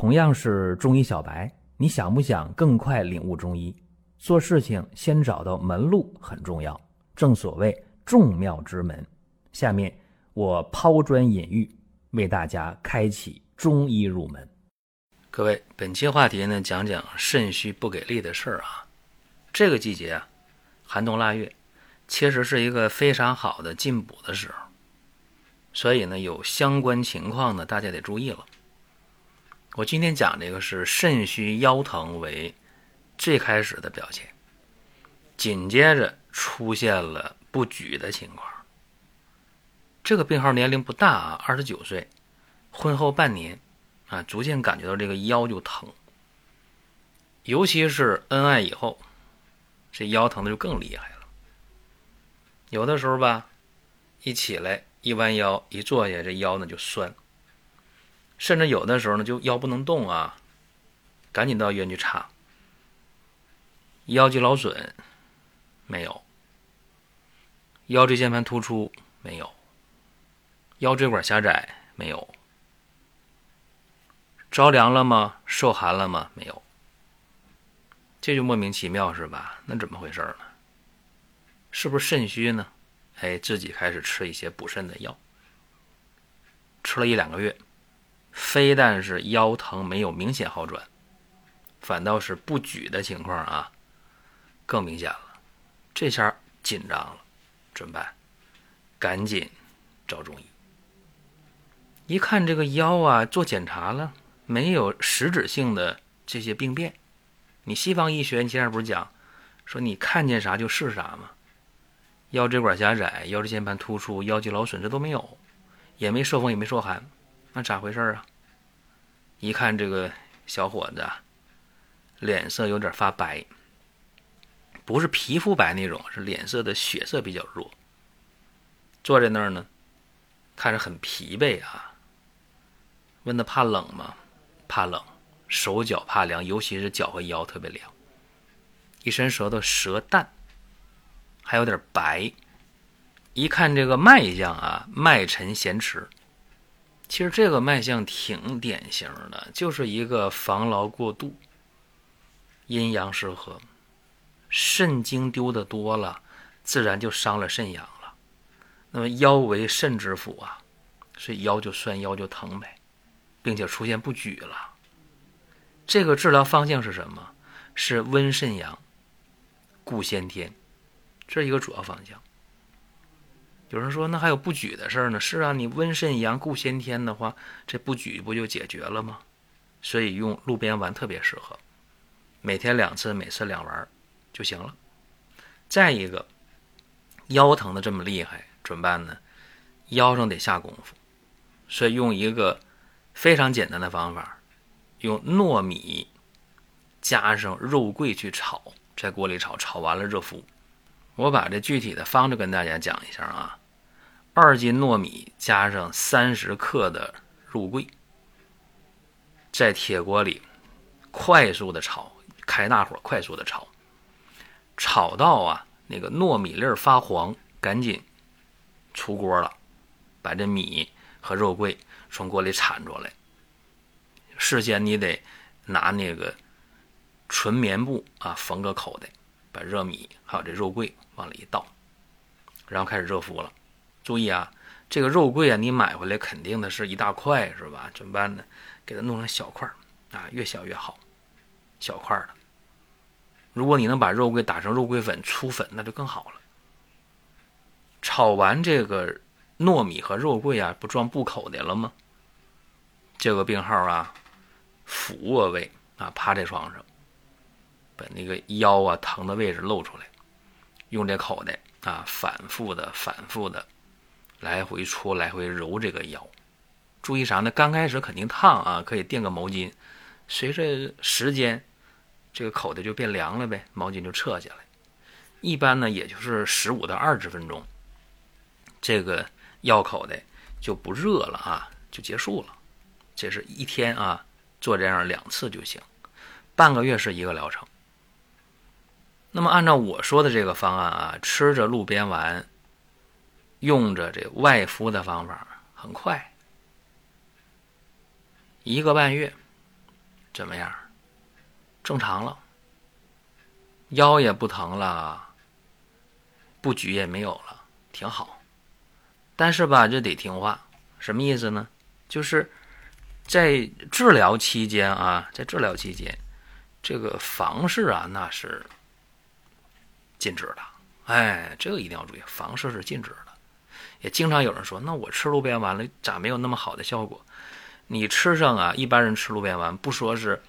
同样是中医小白，你想不想更快领悟中医？做事情先找到门路很重要，正所谓众妙之门。下面我抛砖引玉，为大家开启中医入门。 各位，本期话题呢，讲讲肾虚不给力的事儿啊。这个季节啊，寒冬腊月，其实是一个非常好的进补的时候，所以呢，有相关情况呢，大家得注意了。我今天讲这个是肾虚腰疼为最开始的表现，紧接着出现了不举的情况。这个病号年龄不大啊，29岁，婚后半年啊，逐渐感觉到这个腰就疼，尤其是恩爱以后，这腰疼的就更厉害了。有的时候吧，一起来一弯腰一坐下，这腰呢就酸，甚至有的时候呢就腰不能动啊，赶紧到医院去查。腰肌劳损没有，腰椎间盘突出没有，腰椎管狭窄没有，着凉了吗？受寒了吗？没有。这就莫名其妙是吧？那怎么回事呢？是不是肾虚呢？自己开始吃一些补肾的药，吃了1-2个月，非但是腰疼没有明显好转，反倒是不举的情况啊更明显了。这下紧张了，怎么办？赶紧找中医。一看这个腰啊，做检查了，没有实质性的这些病变。你西方医学，你现在不是讲说你看见啥就是啥吗？腰椎管狭窄、腰椎间盘突出、腰肌劳损，这都没有，也没受风也没受寒，那咋回事啊？一看这个小伙子啊，脸色有点发白，不是皮肤白那种，是脸色的血色比较弱。坐在那儿呢，看着很疲惫啊。问他怕冷吗？怕冷，手脚怕凉，尤其是脚和腰特别凉。一伸舌头，舌淡，还有点白。一看这个脉象啊，脉沉弦迟。其实这个脉象挺典型的，就是一个防劳过度，阴阳失和，肾精丢的多了，自然就伤了肾阳了。那么腰为肾之府啊，所以腰就酸，腰就疼呗，并且出现不举了。这个治疗方向是什么？是温肾阳，固先天，这是一个主要方向。有人说那还有不举的事儿呢？是啊，你温肾阳固先天的话，这不举不就解决了吗？所以用鹿鞭丸特别适合，每天2次，每次2丸就行了。再一个，腰疼的这么厉害怎么办呢？腰上得下功夫，所以用一个非常简单的方法，用糯米加上肉桂去炒，在锅里炒，炒完了热敷。我把这具体的方子跟大家讲一下啊。2斤糯米加上30克的肉桂，在铁锅里快速的炒，开大火快速的炒，炒到啊那个糯米粒发黄，赶紧出锅了，把这米和肉桂从锅里铲出来。事先你得拿那个纯棉布啊缝个口袋，把热米还有这肉桂往里一倒，然后开始热敷了。注意啊，这个肉桂啊，你买回来肯定的是一大块是吧？怎么办呢？给它弄成小块啊，越小越好，小块的。如果你能把肉桂打成肉桂粉、粗粉，那就更好了。炒完这个糯米和肉桂啊，不装布口袋了吗？这个病号啊，俯卧位啊，趴在床上，把那个腰啊疼的位置露出来，用这口袋啊，反复的来回搓，来回揉这个腰。注意啥呢？刚开始肯定烫啊，可以垫个毛巾，随着时间这个口袋就变凉了呗，毛巾就撤下来。一般呢也就是15到20分钟，这个腰口袋就不热了啊，就结束了。这是一天啊做这样2次就行，半个月是一个疗程。那么按照我说的这个方案啊，吃着鹿鞭丸，用着这外敷的方法，很快1个半月怎么样？正常了，腰也不疼了，不举也没有了，挺好。但是吧，这得听话，什么意思呢？就是在治疗期间啊，这个房事啊，那是禁止的。哎，这个一定要注意，房事是禁止的。也经常有人说，那我吃路边丸了，咋没有那么好的效果？你吃上啊，一般人吃路边丸，不说是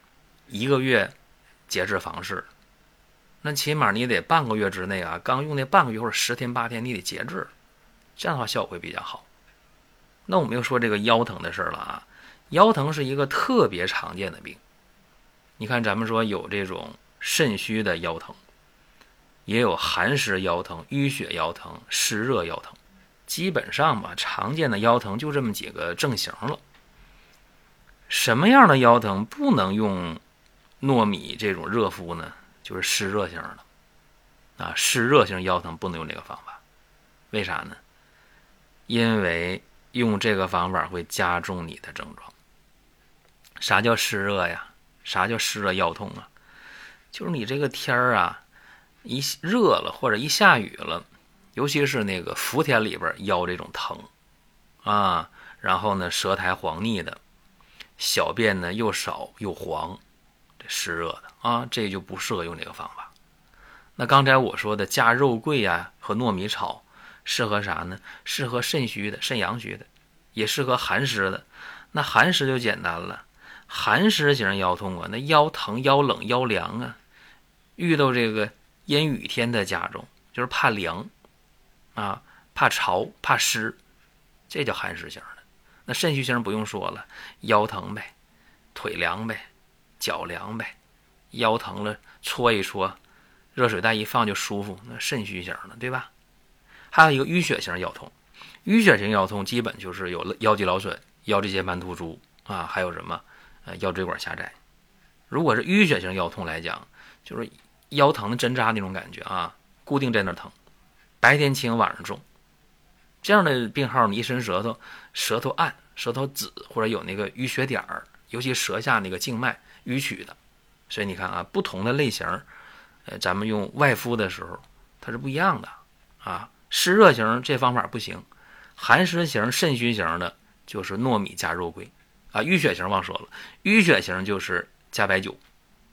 1个月节制房事，那起码你得半个月之内啊，刚用那半个月或者10天8天，你得节制，这样的话效果会比较好。那我们又说这个腰疼的事了啊，腰疼是一个特别常见的病。你看咱们说有这种肾虚的腰疼，也有寒湿腰疼、淤血腰疼、湿热腰疼，基本上吧，常见的腰疼就这么几个症型了。什么样的腰疼不能用糯米这种热敷呢？就是湿热型的啊，湿热型腰疼不能用这个方法。为啥呢？因为用这个方法会加重你的症状。啥叫湿热呀？啥叫湿热腰痛啊？就是你这个天儿啊，一热了或者一下雨了，尤其是那个伏天里边腰这种疼啊，然后呢舌苔黄腻的，小便呢又少又黄，这湿热的啊，这就不适合用这个方法。那刚才我说的加肉桂啊和糯米炒适合啥呢？适合肾虚的、肾阳虚的，也适合寒湿的。那寒湿就简单了，寒湿型腰痛啊，那腰疼、腰冷、腰凉啊，遇到这个阴雨天的加重，就是怕凉啊，怕潮、怕湿，这叫寒湿型的。那肾虚型不用说了，腰疼呗，腿凉呗，脚凉呗，腰疼了搓一搓，热水袋一放就舒服，那肾虚型的，对吧？还有一个淤血型腰痛，淤血型腰痛基本就是有腰肌劳损、腰椎间盘突出啊，还有什么腰椎管狭窄。如果是淤血型腰痛来讲，就是腰疼的针扎那种感觉啊，固定在那疼，白天轻晚上重。这样的病号，你一伸舌头，舌头暗、舌头紫，或者有那个淤血点儿，尤其舌下那个静脉淤曲的。所以你看啊，不同的类型，咱们用外敷的时候，它是不一样的啊。湿热型这方法不行，寒湿型、肾虚型的就是糯米加肉桂啊。淤血型忘说了，淤血型就是加白酒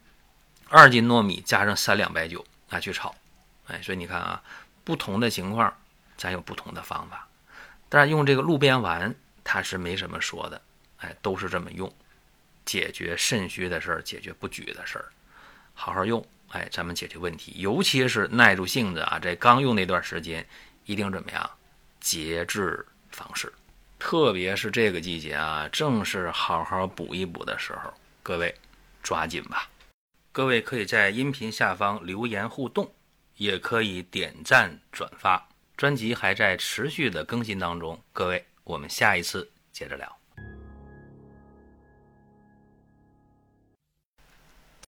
，2斤糯米加上3两白酒拿去炒。哎，所以你看啊，不同的情况咱有不同的方法。但是用这个路边丸它是没什么说的，哎，都是这么用，解决肾虚的事儿，解决不举的事儿，好好用，哎，咱们解决问题。尤其是耐住性子啊，这刚用那段时间一定怎么样？节制房事。特别是这个季节啊，正是好好补一补的时候，各位抓紧吧。各位可以在音频下方留言互动，也可以点赞转发。专辑还在持续的更新当中，各位，我们下一次接着聊。